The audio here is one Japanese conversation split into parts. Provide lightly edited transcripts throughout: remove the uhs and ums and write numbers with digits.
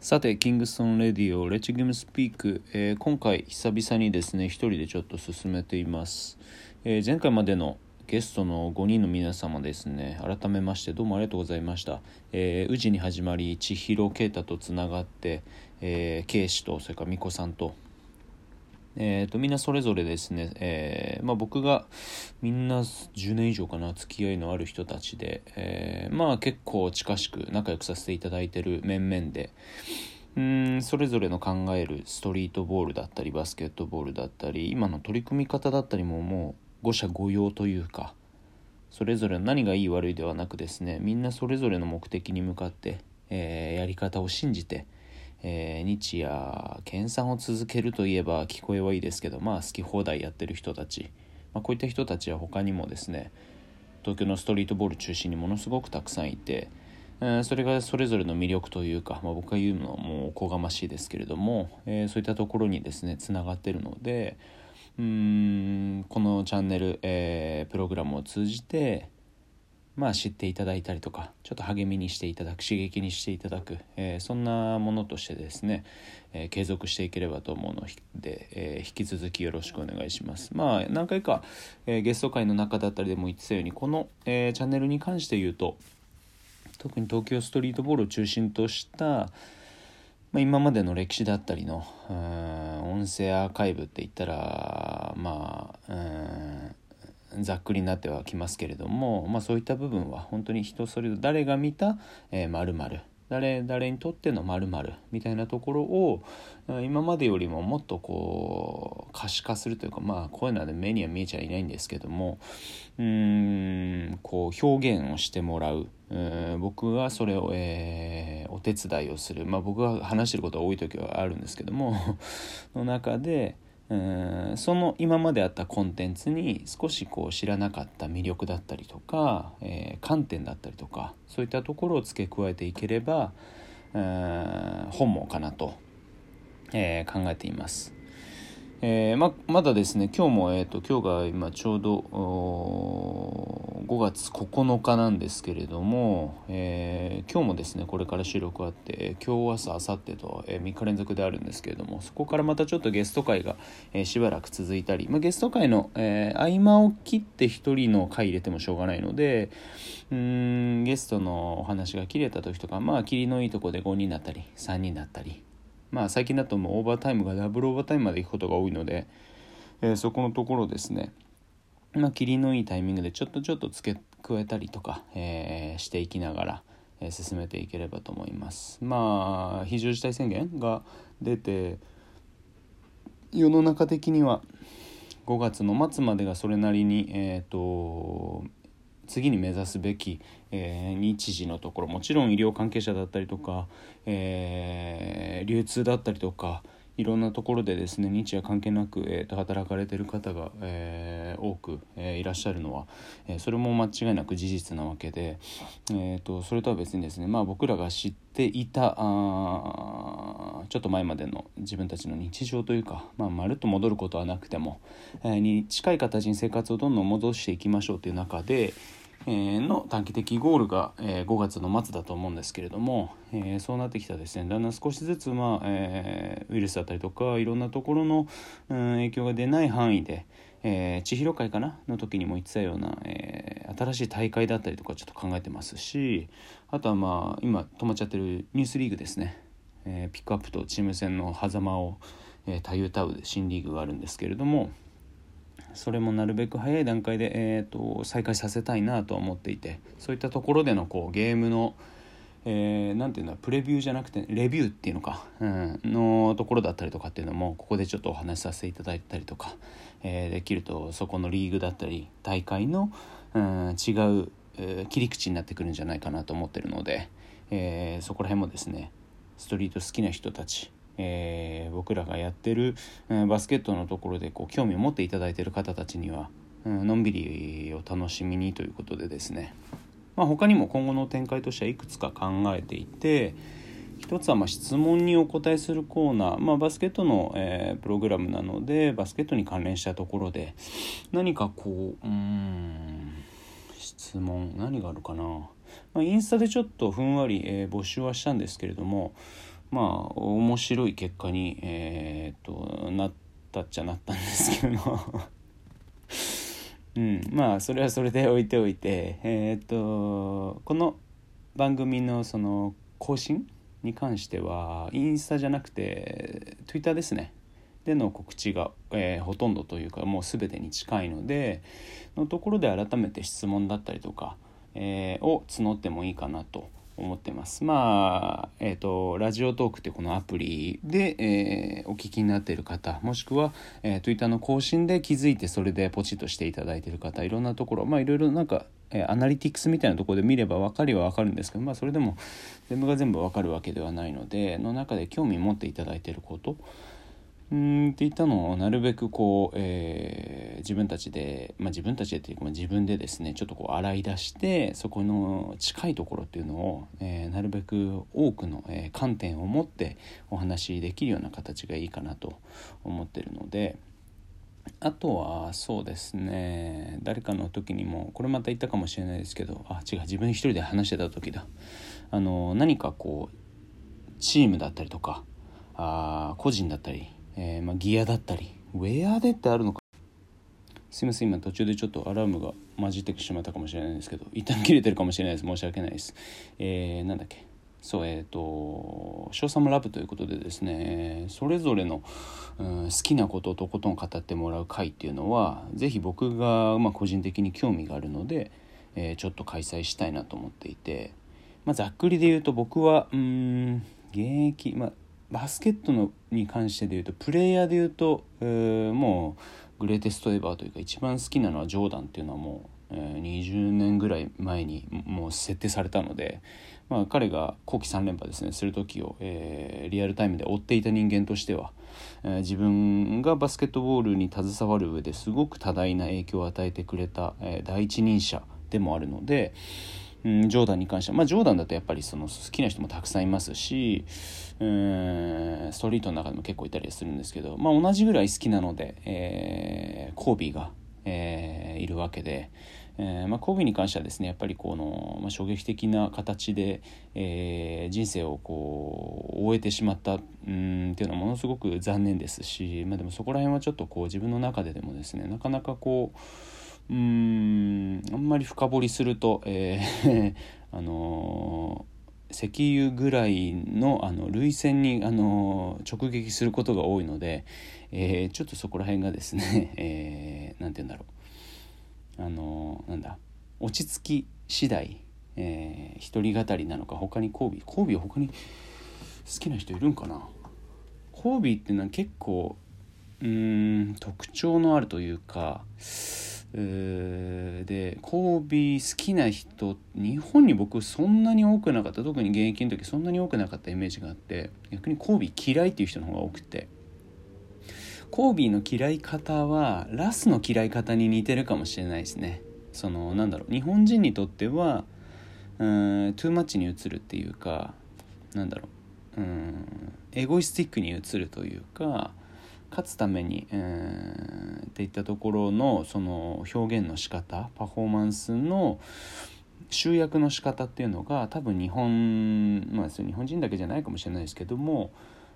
さてキングストンレディオレッチギムスピーク、今回久々にですね一人でちょっと進めています。前回までのゲストの5人の皆様ですね、改めましてどうもありがとうございました。宇治に始まり千尋啓太とつながって、圭司とそれから美子さんとみんなそれぞれですね、僕がみんな10年以上かな付き合いのある人たちで、結構近しく仲良くさせていただいている面々で、それぞれの考えるストリートボールだったりバスケットボールだったり今の取り組み方だったりもう五者五様というか、それぞれ何がいい悪いではなくですね、みんなそれぞれの目的に向かって、やり方を信じて日夜研鑽を続けるといえば聞こえはいいですけど、好き放題やってる人たち、こういった人たちは他にもですね、東京のストリートボール中心にものすごくたくさんいて、それがそれぞれの魅力というか、僕が言うのはもうおこがましいですけれども、そういったところにですねつながっているので、このチャンネル、プログラムを通じて知っていただいたりとか、ちょっと励みにしていただく、刺激にしていただく、そんなものとしてですね、継続していければと思うので、引き続きよろしくお願いします。何回か、ゲスト会の中だったりでも言ってたように、この、チャンネルに関して言うと、特に東京ストリートボールを中心とした、今までの歴史だったりの音声アーカイブって言ったらざっくりになってはきますけれども、そういった部分は本当に人それぞれ誰が見た〇〇、誰にとっての〇〇みたいなところを今までよりももっとこう可視化するというか、こういうのは目には見えちゃいないんですけども、こう表現をしてもらう、僕はそれを、お手伝いをする、僕が話してることが多い時はあるんですけどもの中でその今まであったコンテンツに少しこう知らなかった魅力だったりとか、観点だったりとか、そういったところを付け加えていければ本望かなと、考えています。まだですね今日も、今日が今ちょうど5月9日なんですけれども、今日もですねこれから収録あって、今日明日明後日と、3日連続であるんですけれども、そこからまたちょっとゲスト会が、しばらく続いたり、ゲスト会の、合間を切って1人の会入れてもしょうがないので、ゲストのお話が切れた時とか、切りのいいとこで5人だったり3人だったり、最近だともうオーバータイムがダブルオーバータイムまで行くことが多いので、そこのところですね、切りのいいタイミングでちょっと付け加えたりとか、していきながら、進めていければと思います。非常事態宣言が出て世の中的には5月の末までがそれなりに、次に目指すべき、日時のところ、もちろん医療関係者だったりとか、流通だったりとか、いろんなところでですね日夜関係なく、働かれている方が、多く、いらっしゃるのは、それも間違いなく事実なわけで、それとは別にですね、僕らが知っていたちょっと前までの自分たちの日常というか、まるっと戻ることはなくても、に近い形に生活をどんどん戻していきましょうという中で、の短期的ゴールが、5月の末だと思うんですけれども、そうなってきたですね、だんだん少しずつ、ウイルスだったりとかいろんなところの、影響が出ない範囲で、千尋会かなの時にも言ってたような、新しい大会だったりとかちょっと考えてますし、あとは今止まっちゃってるニュースリーグですね、ピックアップとチーム戦の狭間を、たゆたう新リーグがあるんですけれども、それもなるべく早い段階で、再開させたいなと思っていて、そういったところでのこうゲームの、なんていうの、プレビューじゃなくてレビューっていうのか、のところだったりとかっていうのもここでちょっとお話しさせていただいたりとか、できるとそこのリーグだったり大会の、違う、切り口になってくるんじゃないかなと思ってるので、そこら辺もですねストリート好きな人たち、僕らがやってる、バスケットのところでこう興味を持っていただいている方たちには、のんびりを楽しみにということでですね、他にも今後の展開としてはいくつか考えていて、一つは質問にお答えするコーナー、バスケットの、プログラムなのでバスケットに関連したところで何かこう質問何があるかな、インスタでちょっとふんわり、募集はしたんですけれども、 まあ面白い結果に、なったっちゃなったんですけどまあそれはそれで置いておいて、この番組のその更新に関してはインスタじゃなくて Twitter ですねでの告知が、ほとんどというかもう全てに近いのでのところで改めて質問だったりとか、を募ってもいいかなと思ってます。まあ、ラジオトークってこのアプリで、お聞きになっている方もしくは、Twitter の更新で気づいてそれでポチッとしていただいている方いろんなところまあいろいろなんかアナリティクスみたいなところで見れば分かりは分かるんですけど、まあ、それでも全部が全部分かるわけではないのでの中で興味持っていただいていることっていったのをなるべくこう、自分たちでっていうか自分でですねちょっとこう洗い出してそこの近いところっていうのを、なるべく多くの、観点を持ってお話しできるような形がいいかなと思ってるので、あとはそうですね誰かの時にもこれまた言ったかもしれないですけど自分一人で話してた時だ何かこうチームだったりとか個人だったりギアだったりウェアでってあるのかすいません今途中でちょっとアラームが混じってしまったかもしれないんですけど一旦切れてるかもしれないです申し訳ないです。なんだっけそうショーサムラブということでですねそれぞれの、好きなことをとことん語ってもらう会っていうのはぜひ僕が、個人的に興味があるので、ちょっと開催したいなと思っていて、ざっくりで言うと僕は現役、バスケットに関してで言うとプレイヤーで言うと、もうグレーテストエバーというか一番好きなのはジョーダンっていうのはもう、20年ぐらい前にもう設定されたので、彼が後期3連覇ですねする時を、リアルタイムで追っていた人間としては、自分がバスケットボールに携わる上ですごく多大な影響を与えてくれた、第一人者でもあるので、ジョーダンに関しては、ジョーダンだとやっぱりその好きな人もたくさんいますし、ストリートの中でも結構いたりするんですけど、同じぐらい好きなので、コービーが、いるわけで、コービーに関してはですねやっぱりこの、衝撃的な形で、人生をこう終えてしまったっていうのはものすごく残念ですし、でもそこら辺はちょっとこう自分の中でもですねなかなかこうあんまり深掘りすると、石油ぐらいの涙腺に直撃することが多いので、ちょっとそこら辺がですね、なんて言うんだろう落ち着き次第、一人語りなのか他にコービーは他に好きな人いるんかな。コービーっていうのは結構特徴のあるというかでコービー好きな人日本に僕そんなに多くなかった特に現役の時そんなに多くなかったイメージがあって逆にコービー嫌いっていう人の方が多くてコービーの嫌い方はラスの嫌い方に似てるかもしれないですね。日本人にとってはトゥーマッチに移るっていうかエゴイスティックに移るというか勝つために、っていったところのその表現の仕方パフォーマンスの集約の仕方っていうのが多分日本人だけじゃないかもしれないですけども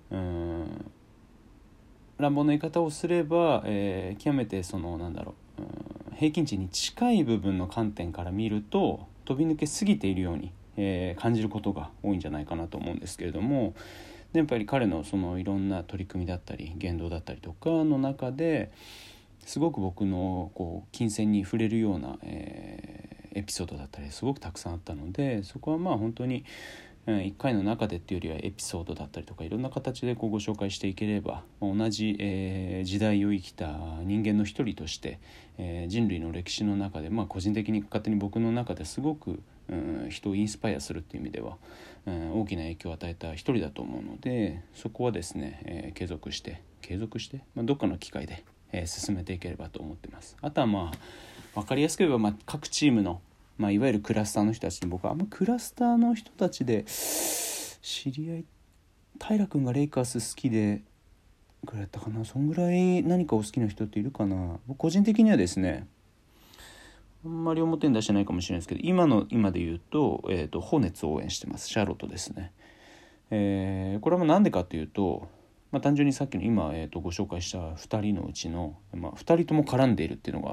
乱暴な言い方をすれば、極めて平均値に近い部分の観点から見ると飛び抜けすぎているように、感じることが多いんじゃないかなと思うんですけれどもでやっぱり彼のそのいろんな取り組みだったり言動だったりとかの中ですごく僕のこう金銭に触れるような、エピソードだったりすごくたくさんあったのでそこは本当に1回の中でっていうよりはエピソードだったりとかいろんな形でご紹介していければ同じ、時代を生きた人間の一人として、人類の歴史の中で、個人的に勝手に僕の中ですごく、人をインスパイアするっていう意味では、大きな影響を与えた一人だと思うのでそこはですね、継続して、どっかの機会で、進めていければと思ってます。あとは分かりやすく言えば、各チームのいわゆるクラスターの人たちに僕はクラスターの人たちで知り合い平君がレイカース好きでぐらいだったかなそんぐらい何かお好きな人っているかな。僕個人的にはですねあんまり表に出してないかもしれないですけど今で言うと、ホーネッツを応援してます。シャーロットですね。 これはなんでかというと、単純にさっきの今、ご紹介した2人のうちの、2人とも絡んでいるっていうのが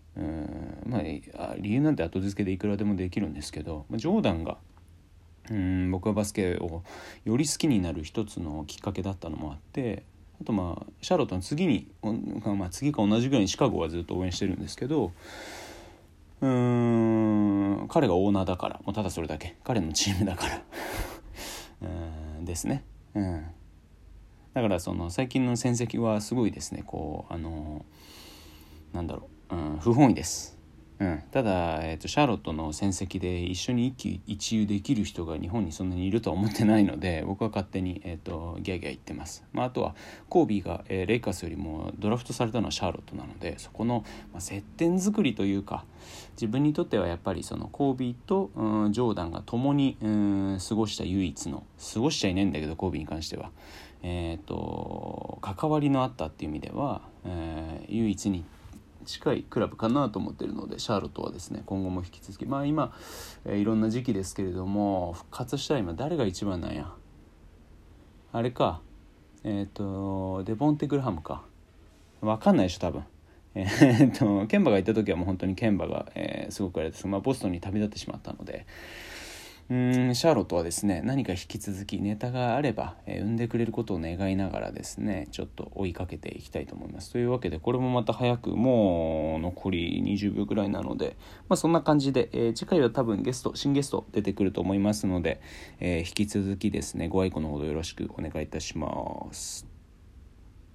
理由なんて後付けでいくらでもできるんですけど、ジョーダンが僕はバスケをより好きになる一つのきっかけだったのもあって、あとシャーロットの次か同じぐらいにシカゴはずっと応援してるんですけど、彼がオーナーだから、もうただそれだけ、彼のチームだからですね。だからその最近の戦績はすごいですね、不本意です。ただ、シャーロットの戦績で一緒に一喜一憂できる人が日本にそんなにいるとは思ってないので、僕は勝手に、ギャーギャー言ってます。あとはコービーが、レイカーズよりもドラフトされたのはシャーロットなので、そこの、接点作りというか、自分にとってはやっぱりそのコービーと、ジョーダンが共に、過ごした唯一の、過ごしちゃいないんだけどコービーに関しては、関わりのあったっていう意味では、唯一に近いクラブかなと思っているので、シャーロットはですね今後も引き続き今、いろんな時期ですけれども、復活したら今誰が一番なんや、あれかデボンテ・グラハムか、分かんないでしょ多分。ケンバが行った時はもう本当にケンバが、すごくあれです、ボストンに旅立ってしまったので、シャーロットはですね、何か引き続きネタがあれば、生んでくれることを願いながらですね、ちょっと追いかけていきたいと思います。というわけで、これもまた早く、もう残り20秒ぐらいなので、そんな感じで、次回は多分新ゲスト出てくると思いますので、引き続きですねご愛顧のほどよろしくお願いいたします。